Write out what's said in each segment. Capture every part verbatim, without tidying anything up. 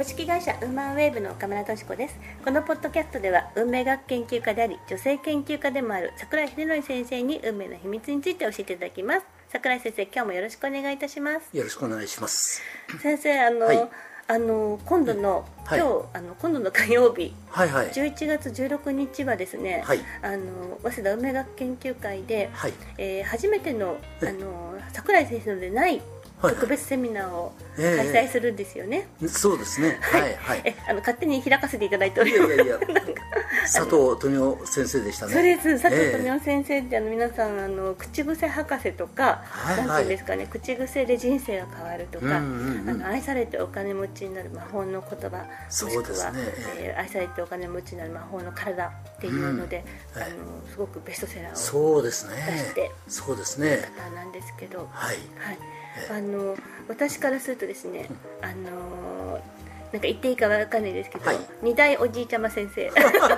株式会社ウーマンウェーブの岡村俊子です。このポッドキャストでは運命学研究家であり女性研究家でもある櫻井秀則先生に運命の秘密について教えていただきます。櫻井先生、今日もよろしくお願いいたします。 よろしくお願いします。 先生、あの、はい、あの今度の、はい、今日あの今度の火曜日、はいはい、じゅういちがつじゅうろくにちはですね、はい、あの早稲田運命学研究会で、はい、えー、初めての、あの櫻井先生のでない特別セミナーを開催するんですよね。 えー、そうですね。はいはい。 え、あの勝手に開かせていただいております。いやいやいや佐藤富夫先生でしたね。 そうです。佐藤富夫先生って、あの皆さんあの口癖博士とか、はいはい、なんていうんですかね、口癖で人生が変わるとか、うんうんうん、あの愛されてお金持ちになる魔法の言葉、もしくは、ねえー、愛されてお金持ちになる魔法の体っていうので、うん、あのすごくベストセラーを出して、 そうですね。そうですね。 方なんですけど、 はい。 はい。あの私からするとですね、あのなんか言っていいかわかんないですけど、はい、二代おじいちゃま先生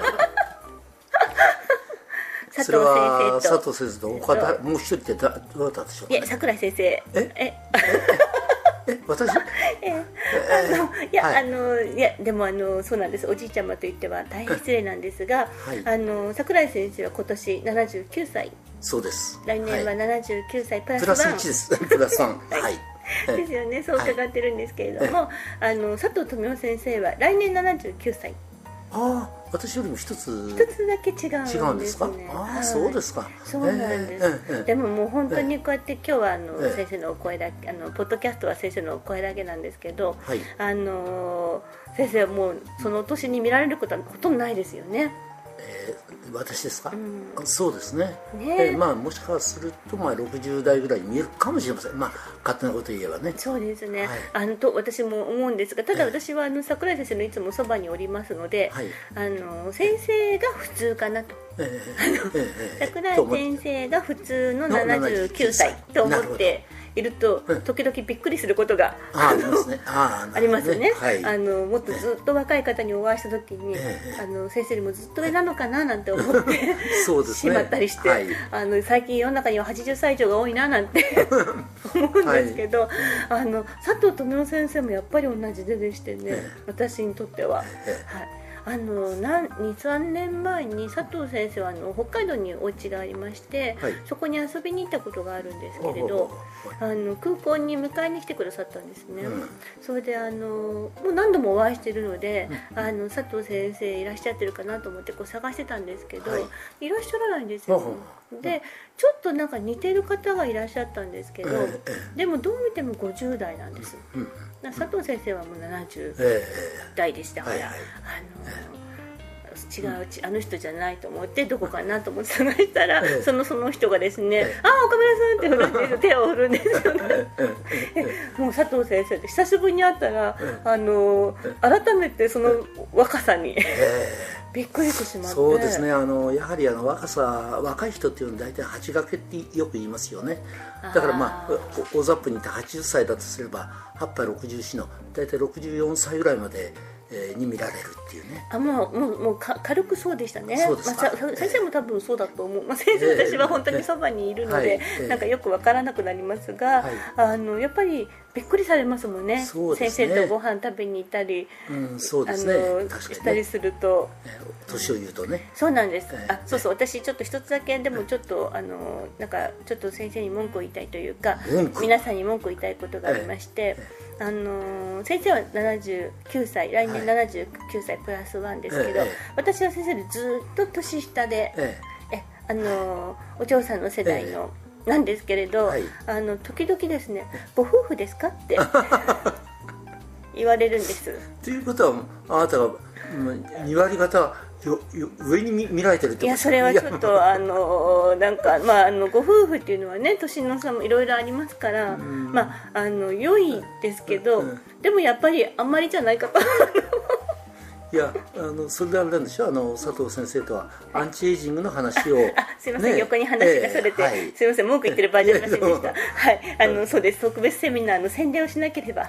佐藤先生と佐藤先生と他もう一人ってどうだったでしょうか、ね、 いや櫻井先生えええ私えあのいや、はい、あのいやでもあのそうなんです。おじいちゃまと言っては大変失礼なんですが、はい、あの櫻井先生は今年ななじゅうきゅうさい。 そうです。 来年はななじゅうきゅうさいプラスプラスいちです。プラスさん。はい。 ですよね。そう伺ってるんですけれども、はい、あの佐藤富夫先生は来年ななじゅうきゅうさい。 ああ、私よりも一つ一つだけ違うんですね。 違うんですか。ああ、はい、そうですか。 そうなんです。えーえー、でももう本当にこうやって今日はあの、えー、先生のお声だけ、あのポッドキャストは先生のお声だけなんですけど、はい、あの先生はもうそのお年に見られることはほとんどないですよね。 えー、私ですか、 うん、 そうですね。 ね、 えー、まあもしかするとまあろくじゅうだいぐらいに見えるかもしれません。まあ勝手なこと言えばね。 そうですね。はい、あのと私も思うんですが、ただ私はあの櫻井先生のいつもそばにおりますので、はい、あの先生が普通かなと。えー、櫻井先生が普通のななじゅうきゅうさいと思っていると、時々びっくりすることがありますね。ありますね。はい、あのもっとずっと若い方にお会いした時に、えー、あの先生よりもずっと上なのかななんて思ってそうです、ね、しまったりして、はい、あの最近世の中にははちじゅっさい以上が多いななんて思うんですけど、はい、あの佐藤富夫先生もやっぱり同じででしてね、えー、私にとっては。えーはい、あのに、さんねんまえに佐藤先生はあの北海道にお家がありまして、はい、そこに遊びに行ったことがあるんですけれど、あの空港に迎えに来てくださったんですね。うん、それであのもう何度もお会いしているので、うん、あの佐藤先生いらっしゃってるかなと思ってこう探してたんですけど、はい、いらっしゃらないんですよ。でちょっとなんか似てる方がいらっしゃったんですけど、でもどう見てもごじゅうだいなんです。うん、佐藤先生はもうななじゅうだいでしたから、えーはいはい、あの違うあの人じゃないと思ってどこかなと思って探したら、えー、そのその人がですね、えー、ああ岡村さんって振る手を振るんですよね。もう佐藤先生で久しぶりに会ったら、えー、あの改めてその若さに、えーびっくりしてしまって。 そうですね。あのやはりあの若さ若い人っていうのは大体はちがけってよく言いますよね。だからまあ大雑把に言ってはちじゅっさいだとすればはっぱいろくじゅうよんの大体ろくじゅうよんさいぐらいまで、えー、に見られるっていうね。 あもうもうもうか軽くそうでしたね。そうですか。まあ、先生も多分そうだと思う。まあ、先生、えー、私は本当にそばにいるので、えー、なんかよくわからなくなりますが、はい、あのやっぱりびっくりされますもんね。そうですね。先生とご飯食べに行ったり、うん、そうですね。あの確かにね、したりすると、 えー、年を言うとね。 そうなんです。えー、あそうそう、私ちょっと一つだけでもちょっと、えー、あのなんかちょっと先生に文句を言いたいというか、皆さんに文句を言いたいことがありまして。えーえーあのー、先生はななじゅうきゅうさい、来年ななじゅうきゅうさいプラスワンですけど、はい、私は先生でずっと年下で、ええあのー、お嬢さんの世代の、ええ、なんですけれど、はい、あの時々ですね、ご夫婦ですかって言われるんです。 ということはあなたがにわり方よよ上に 見, 見られてるってこといやそれはちょっとあのなんか、まあ、あのご夫婦っていうのはね年の差もいろいろありますから、まあ、あの良いですけど、うん、でもやっぱりあんまりじゃないかと。 いやあのそれであれなんでしょう、あの佐藤先生とはアンチエイジングの話を、 あすいません、ね、横に話がそれて、えーはい、すいません文句言ってる場合じゃありませんでした。はいあのそうです、特別セミナーの宣伝をしなければ、はい、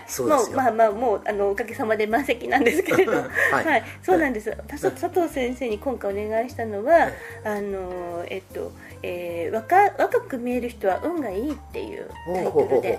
もうまあまあもうあのおかげさまで満席なんですけれど、はい、はい、そうなんです。佐藤先生に今回お願いしたのは、あのえっと、えー、若若く見える人は運がいいっていうタイトルで。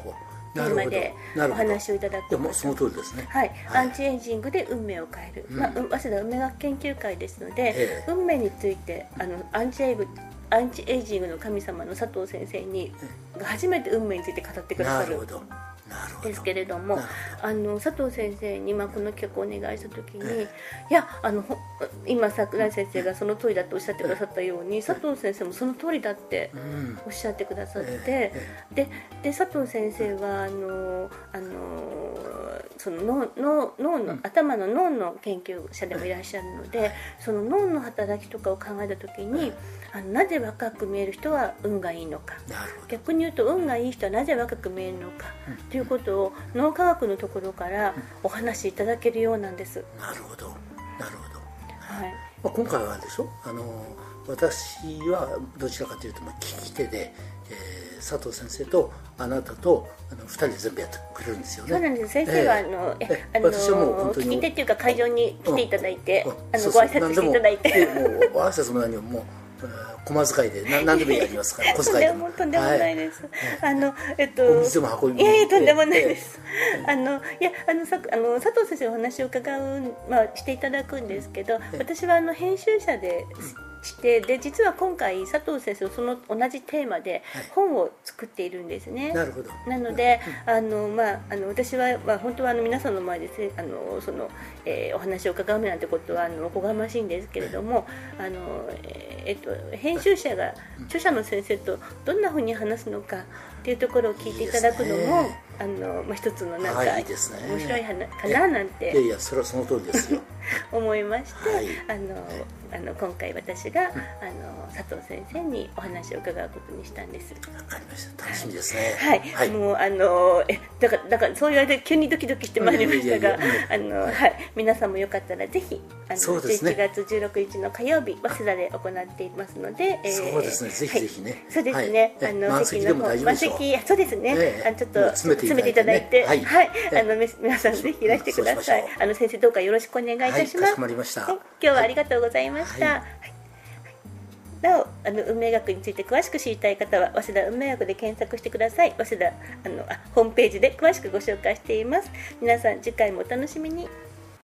テーマでお話をいただく。 もうその通りですね。 はい、はい、アンチエイジングで運命を変える、うん、まあ、早稲田運命学研究会ですので、えー、運命についてあのアンチエイグアンチエイジングの神様の佐藤先生にが初めて運命について語ってくださるですけれども、あの佐藤先生に、まあ、この企画をお願いした時に、えー、いやあの今桜井先生がその通りだとおっしゃってくださったように、佐藤先生もその通りだっておっしゃってくださって、えー、で, で佐藤先生はあのあのその脳 脳, 脳の頭の脳の研究者でもいらっしゃるので、その脳の働きとかを考えた時に、あのなぜ若く見える人は運がいいのか、逆に言うと運がいい人はなぜ若く見えるのか、うん、ということを脳科学のところからお話しいただけるようなんです。 なるほどなるほど、 はい、 まあ、今回はあれでしょ、あの私はどちらかというと聞き手で、えー、佐藤先生とあなたとあのふたりで全部やってくれるんですよね。 そうなんです。先生は、えー、あのえあの私はもう本当に聞き手っていうか会場に来ていただいて、うんうん、あのご挨拶していただいて、 もうご挨拶の前にもう小遣いで何でもやりますから小遣いでもとんでもないです、はい、あのえっとお水でも運びいやいやとんでもないです、えー、あのいやあのさあの佐藤先生のお話を伺う、まあ、していただくんですけど、えー、私はあの編集者で、うんしてで実は今回佐藤先生その同じテーマで本を作っているんですね。 なるほど。 なので、うん、あのまああの私は、まあ、本当はあの皆さんの前であのその、えー、お話を伺うなんてことはあのおこがましいんですけれども、あのえー、っと編集者が著者の先生とどんなふうに話すのかっていうところを聞いていただくのもいいあの、まあ、一つのなんか、はい、いいですね、面白い話かななんていやいやそれはその通りですよ思いまして、 はい、 あのあの今回私が、うん、あの佐藤先生にお話を伺うことにしたんです。 わかりました。楽しみですね。 はい、はい、もうあのえだからだからそう言われて急にドキドキしてまいりましたが、あのはい皆さんもよかったらぜひあの、ね、じゅういちがつじゅうろくにちの火曜日早稲田で行っていますので、 えー、そうですねぜひぜひね、 はい、そうですね、はい、あの満席でも大丈夫でしょう。 満席そうですね、 えー、 あのちょっと詰めていただいて、はい、はい、あの皆さんぜひいらしてください。あの先生どうかよろしくお願いいたします。はい、 かしこまりました。 はい、今日はありがとうございました。はいはい、なおあの運命学について詳しく知りたい方は早稲田運命学で検索してください。早稲田あのあホームページで詳しくご紹介しています。皆さん次回もお楽しみに。